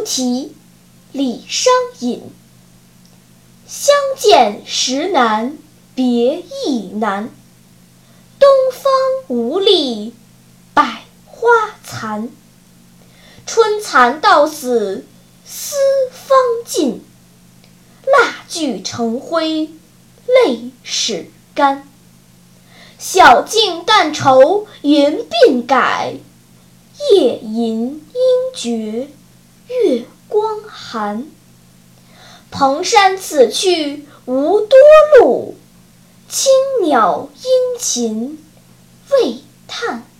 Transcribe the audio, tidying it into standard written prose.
题，李商隐。相见时难别亦难，东方无力百花残。春蚕到死丝方尽，蜡炬成灰泪始干。晓镜但愁云鬓改，夜吟应觉月光寒。蓬山此去无多路，青鸟殷勤为探